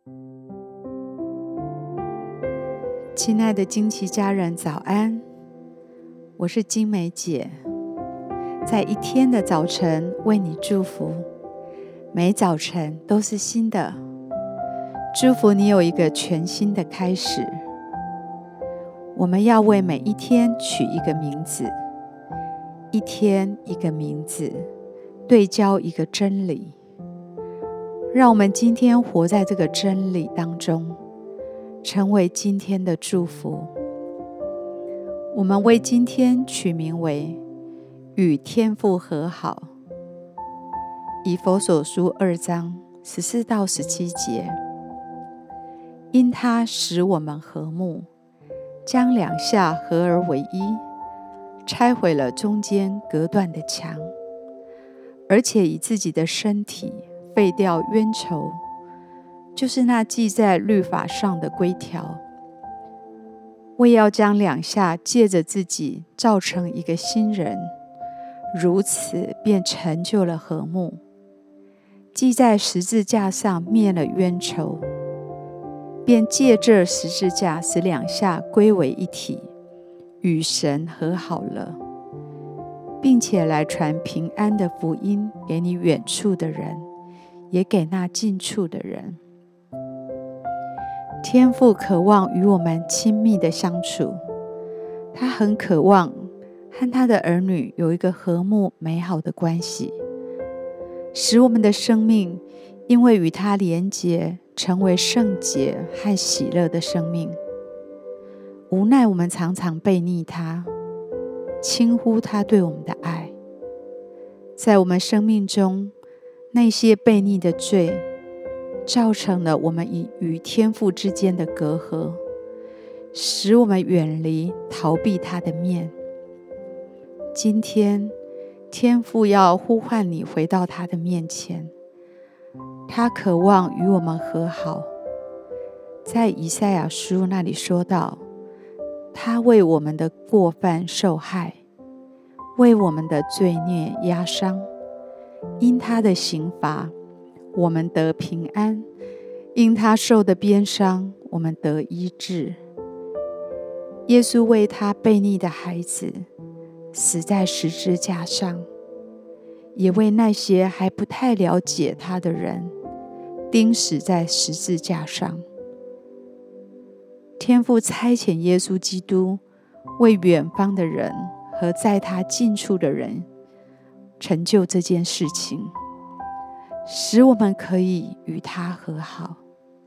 亲爱的金奇家人，早安！我是金梅姐，在一天的早晨为你祝福，每早晨都是新的，祝福你有一个全新的开始。我们要为每一天取一个名字，一天一个名字，对焦一个真理。让我们今天活在这个真理当中，成为今天的祝福。我们为今天取名为与天父和好。以弗所书2章14到17节，因他使我们和睦，将两下合而为一，拆毁了中间隔断的墙，而且以自己的身体废掉冤仇，就是那记在律法上的规条，为要将两下借着自己造成一个新人，如此便成就了和睦。既在十字架上灭了冤仇，便借这十字架使两下归为一体，与神和好了，并且来传平安的福音给你远处的人，也给那近处的人。天父渴望与我们亲密的相处，他很渴望和他的儿女有一个和睦美好的关系，使我们的生命因为与他连结，成为圣洁和喜乐的生命。无奈我们常常悖逆他，轻忽他对我们的爱。在我们生命中，那些悖逆的罪造成了我们与天父之间的隔阂，使我们远离逃避他的面。今天天父要呼唤你回到他的面前，他渴望与我们和好。在以赛亚书那里说到，他为我们的过犯受害，为我们的罪孽压伤，因他的刑罚我们得平安，因他受的鞭伤我们得医治。耶稣为他悖逆的孩子死在十字架上，也为那些还不太了解他的人钉死在十字架上。天父差遣耶稣基督为远方的人和在他近处的人成就这件事情，使我们可以与他和好。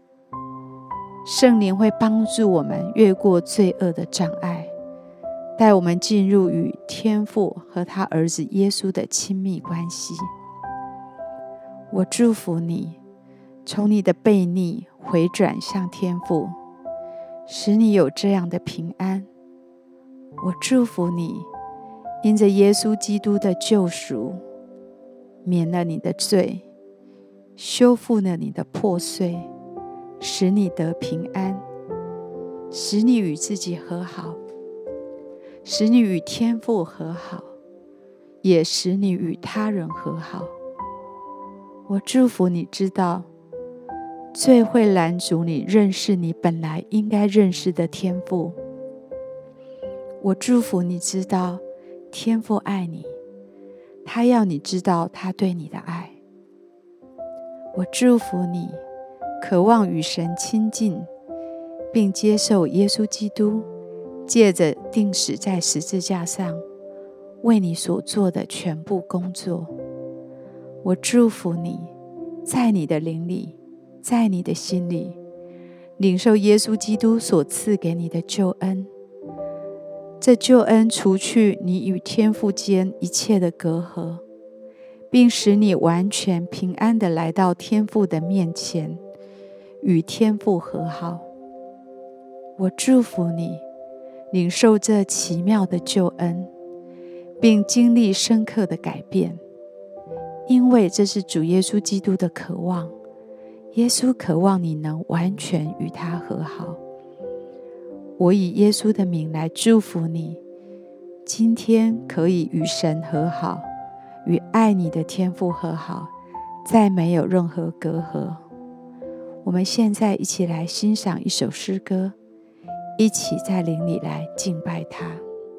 圣灵会帮助我们越过罪恶的障碍，带我们进入与天父和他儿子耶稣的亲密关系。我祝福你，从你的悖逆回转向天父，使你有这样的平安。我祝福你，因着耶稣基督的救赎，免了你的罪，修复了你的破碎，使你得平安，使你与自己和好，使你与天父和好，也使你与他人和好。我祝福你知道，罪会拦阻你认识你本来应该认识的天父。我祝福你知道，天父爱你，他要你知道他对你的爱。我祝福你，渴望与神亲近，并接受耶稣基督借着钉死在十字架上为你所做的全部工作。我祝福你，在你的灵里，在你的心里，领受耶稣基督所赐给你的救恩。这救恩除去你与天父间一切的隔阂，并使你完全平安地来到天父的面前，与天父和好。我祝福你，领受这奇妙的救恩，并经历深刻的改变，因为这是主耶稣基督的渴望。耶稣渴望你能完全与他和好。我以耶稣的名来祝福你，今天可以与神和好，与爱你的天父和好，再没有任何隔阂。 我们现在一起来欣赏一首诗歌，一起在灵里来敬拜他。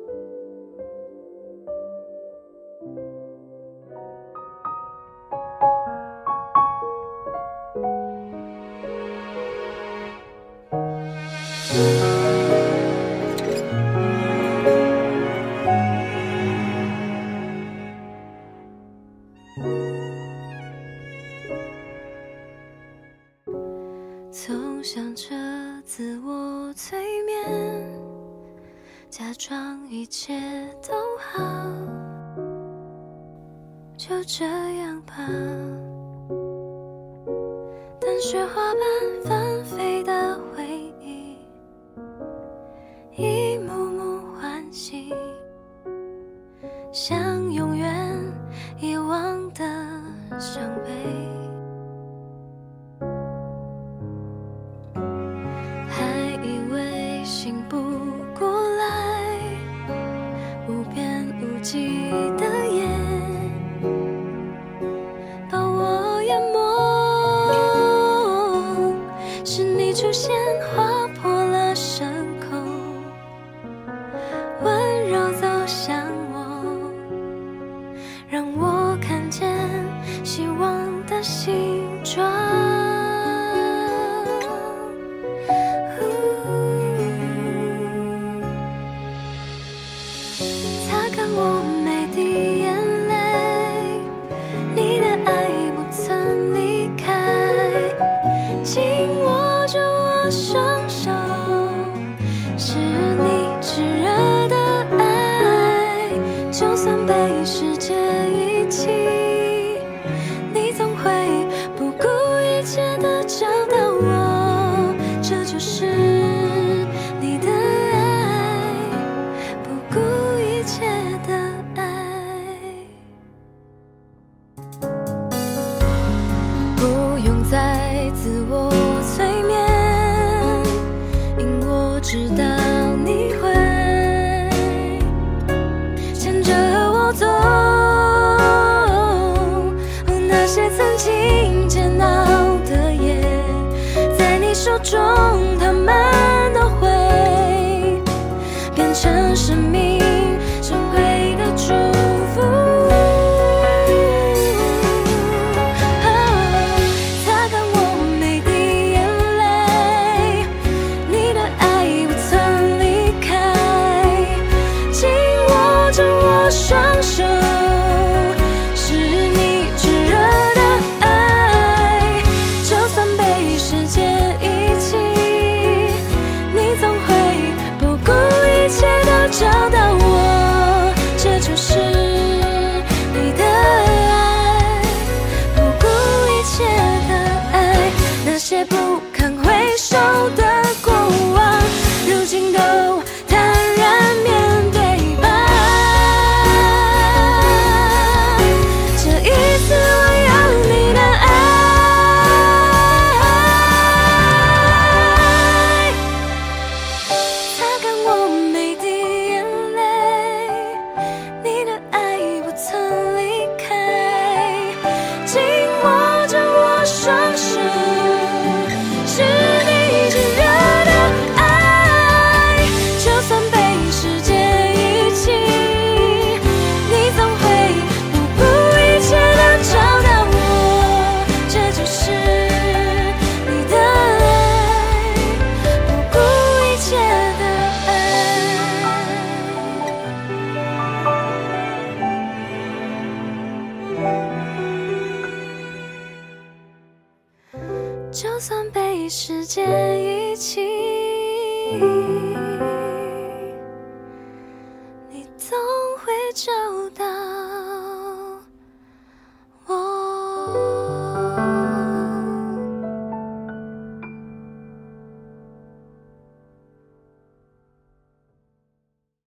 总想着自我催眠，假装一切都好，就这样吧。但雪花般纷飞的回忆，一幕幕唤醒，像永远遗忘的伤悲。醒不过来，无边无际的夜把我淹没，是你出现划破了伤口，温柔走向我，让我看见希望的形状。我每滴眼泪，你的爱不曾离开，紧握着我双手，是你炙热的爱，就算被世界遗弃，你总会不顾一切地找到我，这就是你的爱，不顾一切的不用再自我催眠，因我知道你会牵着我走，那些曾经煎熬的夜，在你手中它们都会变成生命珍贵的祝福。双手是你炙热的爱，就算被世界遗弃，你总会不顾一切地找到我，这就是你的爱，不顾一切的爱，那些不堪回首的过往，如今都坦然面对。就算被世界遗弃。